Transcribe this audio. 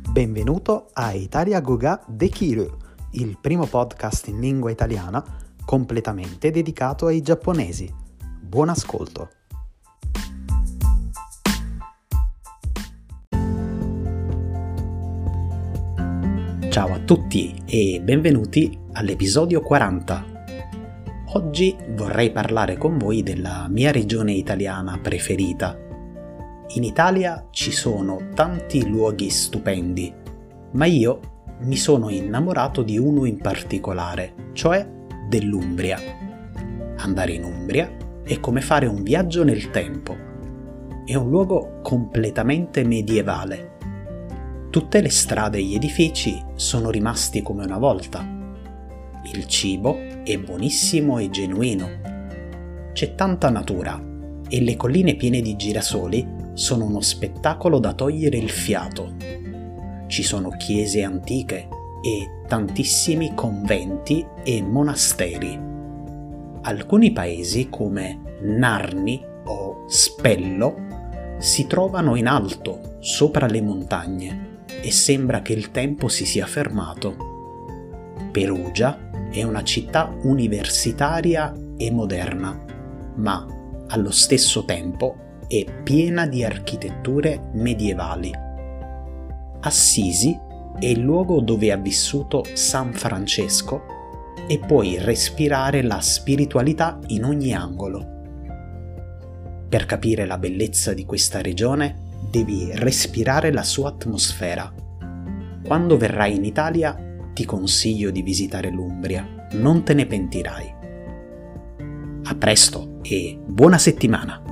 Benvenuto a Italia Goga Dekiru, il primo podcast in lingua italiana completamente dedicato ai giapponesi. Buon ascolto! Ciao a tutti e benvenuti all'episodio 40. Oggi vorrei parlare con voi della mia regione italiana preferita. In Italia ci sono tanti luoghi stupendi, ma io mi sono innamorato di uno in particolare, cioè dell'Umbria. Andare in Umbria è come fare un viaggio nel tempo. È un luogo completamente medievale. Tutte le strade e gli edifici sono rimasti come una volta. Il cibo è buonissimo e genuino. C'è tanta natura e le colline piene di girasoli sono uno spettacolo da togliere il fiato. Ci sono chiese antiche e tantissimi conventi e monasteri. Alcuni paesi come Narni o Spello si trovano in alto, sopra le montagne, e sembra che il tempo si sia fermato. Perugia è una città universitaria e moderna, ma allo stesso tempo è piena di architetture medievali. Assisi è il luogo dove ha vissuto San Francesco e puoi respirare la spiritualità in ogni angolo. Per capire la bellezza di questa regione devi respirare la sua atmosfera. Quando verrai in Italia ti consiglio di visitare l'Umbria, non te ne pentirai. A presto e buona settimana!